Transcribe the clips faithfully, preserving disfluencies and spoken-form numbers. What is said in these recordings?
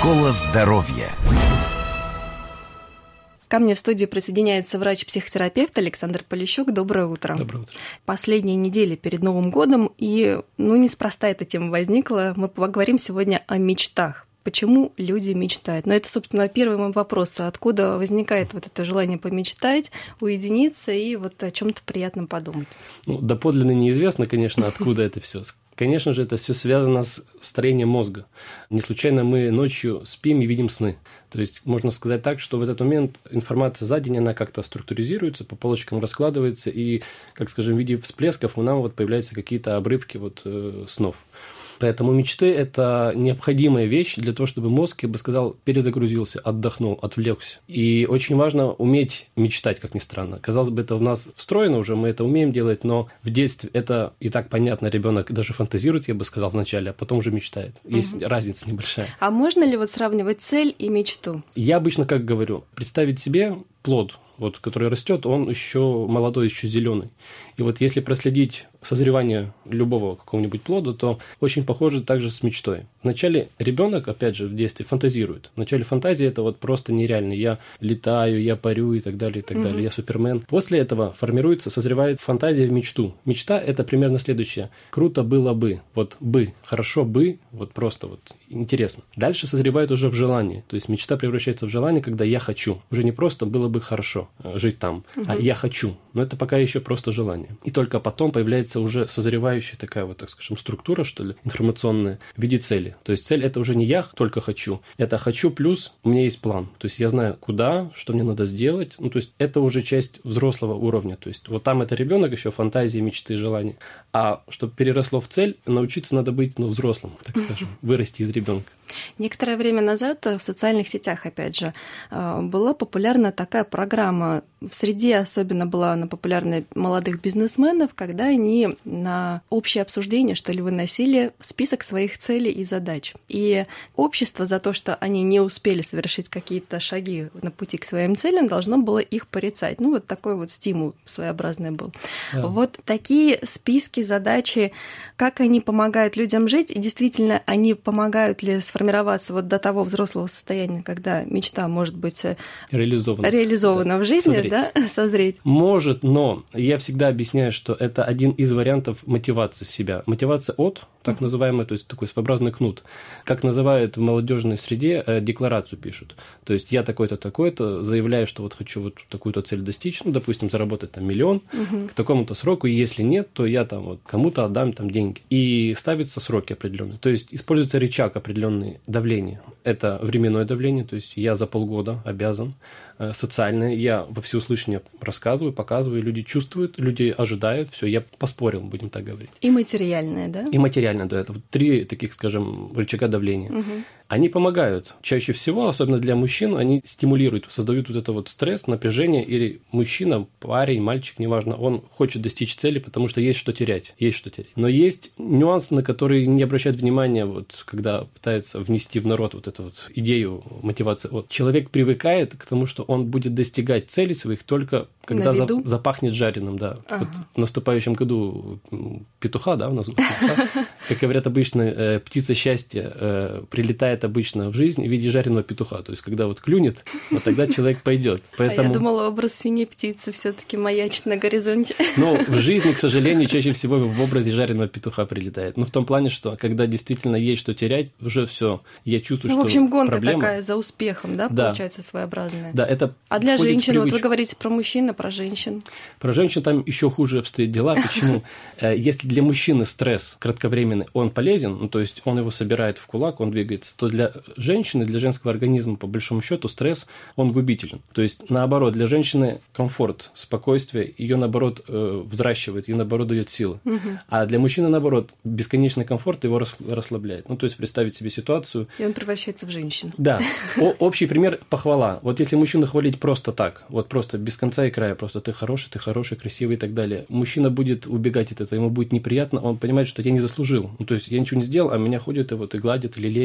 Школа здоровья. Ко мне в студии присоединяется врач-психотерапевт Александр Полищук. Доброе утро. Доброе утро. Последняя неделя перед Новым годом, и ну неспроста эта тема возникла. Мы поговорим сегодня о мечтах. Почему люди мечтают? Но это, собственно, первый мой вопрос. Откуда возникает вот это желание помечтать, уединиться и вот о чем-то приятном подумать? Ну, доподлинно неизвестно, конечно, откуда это все. Конечно же, это все связано с строением мозга. Не случайно мы ночью спим и видим сны. То есть можно сказать так, что в этот момент информация за день, она как-то структуризируется, по полочкам раскладывается, и, как скажем, в виде всплесков у нас вот появляются какие-то обрывки вот, э, снов. Поэтому мечты – это необходимая вещь для того, чтобы мозг, я бы сказал, перезагрузился, отдохнул, отвлекся. И очень важно уметь мечтать, как ни странно. Казалось бы, это в нас встроено уже, мы это умеем делать, но в детстве это и так понятно, ребенок даже фантазирует, я бы сказал, вначале, а потом уже мечтает. Есть угу. разница небольшая. А можно ли вот сравнивать цель и мечту? Я обычно как говорю, представить себе плод, вот, который растет, он еще молодой, еще зеленый. И вот если проследить созревание любого какого-нибудь плода, то очень похоже также с мечтой. Вначале ребенок, опять же, в детстве фантазирует. Вначале фантазия это вот просто нереально. Я летаю, я парю и так далее, и так mm-hmm. далее. Я супермен. После этого формируется, созревает фантазия в мечту. Мечта это примерно следующее. Круто было бы. Вот бы. Хорошо бы. Вот просто вот интересно. Дальше созревает уже в желании. То есть мечта превращается в желание, когда я хочу. Уже не просто было бы хорошо жить там, mm-hmm. а я хочу. Но это пока еще просто желание. И только потом появляется уже созревающая такая вот, так скажем, структура, что ли, информационная в виде цели. То есть цель это уже не я только хочу, это хочу плюс у меня есть план. То есть я знаю куда, что мне надо сделать. Ну, то есть это уже часть взрослого уровня. То есть вот там это ребенок еще, фантазии, мечты, желания. А чтобы переросло в цель, научиться надо быть, ну, взрослым, так скажем, вырасти из ребенка. Некоторое время назад в социальных сетях, опять же, была популярна такая программа. В среде особенно была она популярна молодых бизнесменов, когда они на общее обсуждение, что ли, выносили список своих целей и задач. И общество за то, что они не успели совершить какие-то шаги на пути к своим целям, должно было их порицать. Ну, вот такой вот стимул своеобразный был. Да. Вот такие списки, задачи, как они помогают людям жить, и действительно, они помогают ли сформироваться вот до того взрослого состояния, когда мечта может быть реализована, реализована да. в жизни, созреть. Да, созреть? Может, но я всегда объясняю, что это один из вариантов мотивации себя. Мотивация от, так называемая, то есть такой своеобразный кнут. Как называют в молодежной среде, декларацию пишут. То есть я такой-то, такой-то, заявляю, что вот хочу вот такую-то цель достичь, ну, допустим, заработать там миллион угу. к такому-то сроку, и если нет, то я там вот кому-то отдам там деньги. И ставятся сроки определенные. То есть используется рычаг определенный давления. Это временное давление, то есть я за полгода обязан. Социальное, я во всеуслышание рассказываю, показываю, люди чувствуют, люди ожидают, все, я поспорил, будем так говорить. И материальное, да? И материальное, да, это вот три таких, скажем, рычага давления. Угу. Они помогают. Чаще всего, особенно для мужчин, они стимулируют, создают вот это вот стресс, напряжение, или мужчина, парень, мальчик, неважно, он хочет достичь цели, потому что есть что терять, есть что терять. Но есть нюанс, на который не обращают внимания, вот, когда пытаются внести в народ вот эту вот идею мотивации. Вот. Человек привыкает к тому, что он будет достигать целей своих только когда за, запахнет жареным, да. Ага. Вот в наступающем году петуха, да, у нас петуха, как говорят обычно, птица счастья прилетает обычно в жизнь в виде жареного петуха. То есть, когда вот клюнет, вот тогда человек пойдет. Поэтому... А я думала, образ синей птицы все-таки маячит на горизонте. Ну, в жизни, к сожалению, чаще всего в образе жареного петуха прилетает. Ну, в том плане, что когда действительно есть что терять, уже все. Я чувствую, ну, что в общем, гонка проблема... такая за успехом, да, да, получается, своеобразная. Да, это а для женщин, вот вы говорите про мужчин, а про женщин? Про женщин там еще хуже обстоят дела. Почему? Если для мужчины стресс кратковременный, он полезен, ну, то есть он его собирает в кулак, он двигается, то для женщины, для женского организма, по большому счету, стресс, он губителен. То есть, наоборот, для женщины комфорт, спокойствие, ее, наоборот, взращивает, ей, наоборот, дает силы. Угу. А для мужчины, наоборот, бесконечный комфорт его расслабляет. Ну, то есть, представить себе ситуацию. И он превращается в женщину. Да. О- общий пример – похвала. Вот если мужчину хвалить просто так, вот просто без конца и края, просто ты хороший, ты хороший, красивый и так далее, мужчина будет убегать от этого, ему будет неприятно, он понимает, что я не заслужил. Ну, то есть, я ничего не сделал, а меня ходят и вот и гладят, и лелеют. В принципе,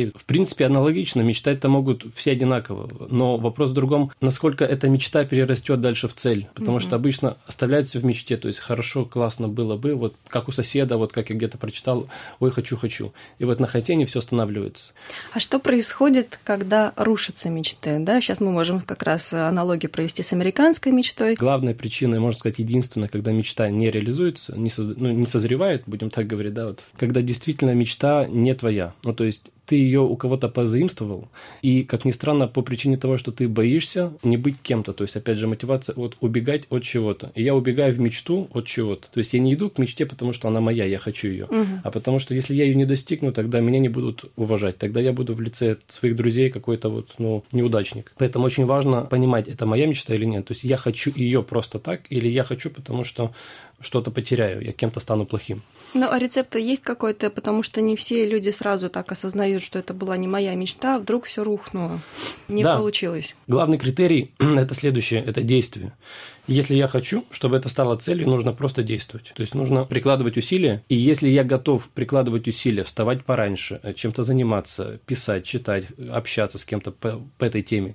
принципе, аналогично. Мечтать-то могут все одинаково. Но вопрос в другом, насколько эта мечта перерастет дальше в цель. Потому mm-hmm. что обычно оставляют все в мечте. То есть хорошо, классно было бы, вот как у соседа, вот как я где-то прочитал, ой, хочу, хочу. И вот на хотении все останавливается. А что происходит, когда рушатся мечты? Да? Сейчас мы можем как раз аналогию провести с американской мечтой. Главная причина, можно сказать, единственная, когда мечта не реализуется, не, соз... ну, не созревает, будем так говорить, да, вот, когда действительно мечта не твоя. Ну, то есть ты ее у кого-то позаимствовал, и, как ни странно, по причине того, что ты боишься не быть кем-то, то есть, опять же, мотивация от убегать от чего-то. И я убегаю в мечту от чего-то. То есть я не иду к мечте, потому что она моя, я хочу ее, угу. а потому что если я ее не достигну, тогда меня не будут уважать, тогда я буду в лице своих друзей какой-то вот, ну, неудачник. Поэтому очень важно понимать, это моя мечта или нет. То есть я хочу ее просто так, или я хочу, потому что что-то потеряю, я кем-то стану плохим. Ну, а рецепт есть какой-то, потому что не все люди сразу так осознают, что это была не моя мечта, а вдруг все рухнуло, не да. получилось. Главный критерий – это следующее, это действие. Если я хочу, чтобы это стало целью, нужно просто действовать. То есть нужно прикладывать усилия. И если я готов прикладывать усилия, вставать пораньше, чем-то заниматься, писать, читать, общаться с кем-то по, по этой теме,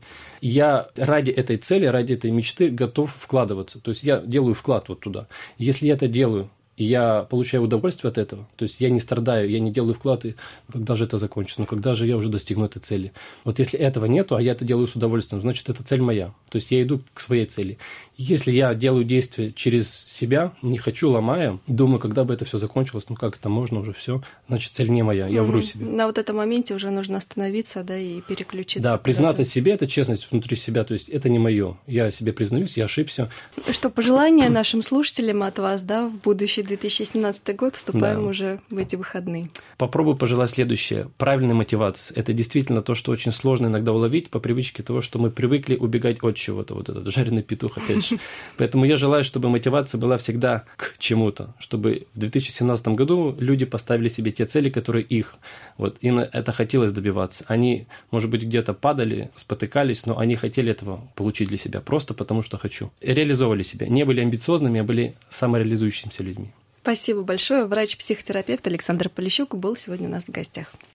я ради этой цели, ради этой мечты готов вкладываться. То есть я делаю вклад вот туда. Если я это делаю, и я получаю удовольствие от этого, то есть я не страдаю, я не делаю вклады, когда же это закончится, ну когда же я уже достигну этой цели. Вот если этого нету, а я это делаю с удовольствием, значит, эта цель моя. То есть я иду к своей цели. Если я делаю действия через себя, не хочу, ломая, думаю, когда бы это все закончилось, ну как это можно уже все, значит, цель не моя, я mm-hmm. вру себе. На вот этом моменте уже нужно остановиться, да, и переключиться. Да, признаться себе, это честность внутри себя, то есть это не мое. Я себе признаюсь, я ошибся. Что, пожелания нашим слушателям от вас, да, в будущий две тысячи семнадцатый год, вступаем да. уже в эти выходные. Попробую пожелать следующее. Правильная мотивация. Это действительно то, что очень сложно иногда уловить по привычке того, что мы привыкли убегать от чего-то. Вот этот жареный петух, опять же. Поэтому я желаю, чтобы мотивация была всегда к чему-то. Чтобы в две тысячи семнадцатом году люди поставили себе те цели, которые их. Вот. Им это хотелось добиваться. Они, может быть, где-то падали, спотыкались, но они хотели этого получить для себя просто потому, что хочу. И реализовывали себя. Не были амбициозными, а были самореализующимися людьми. Спасибо большое. Врач-психотерапевт Александр Полищук был сегодня у нас в гостях.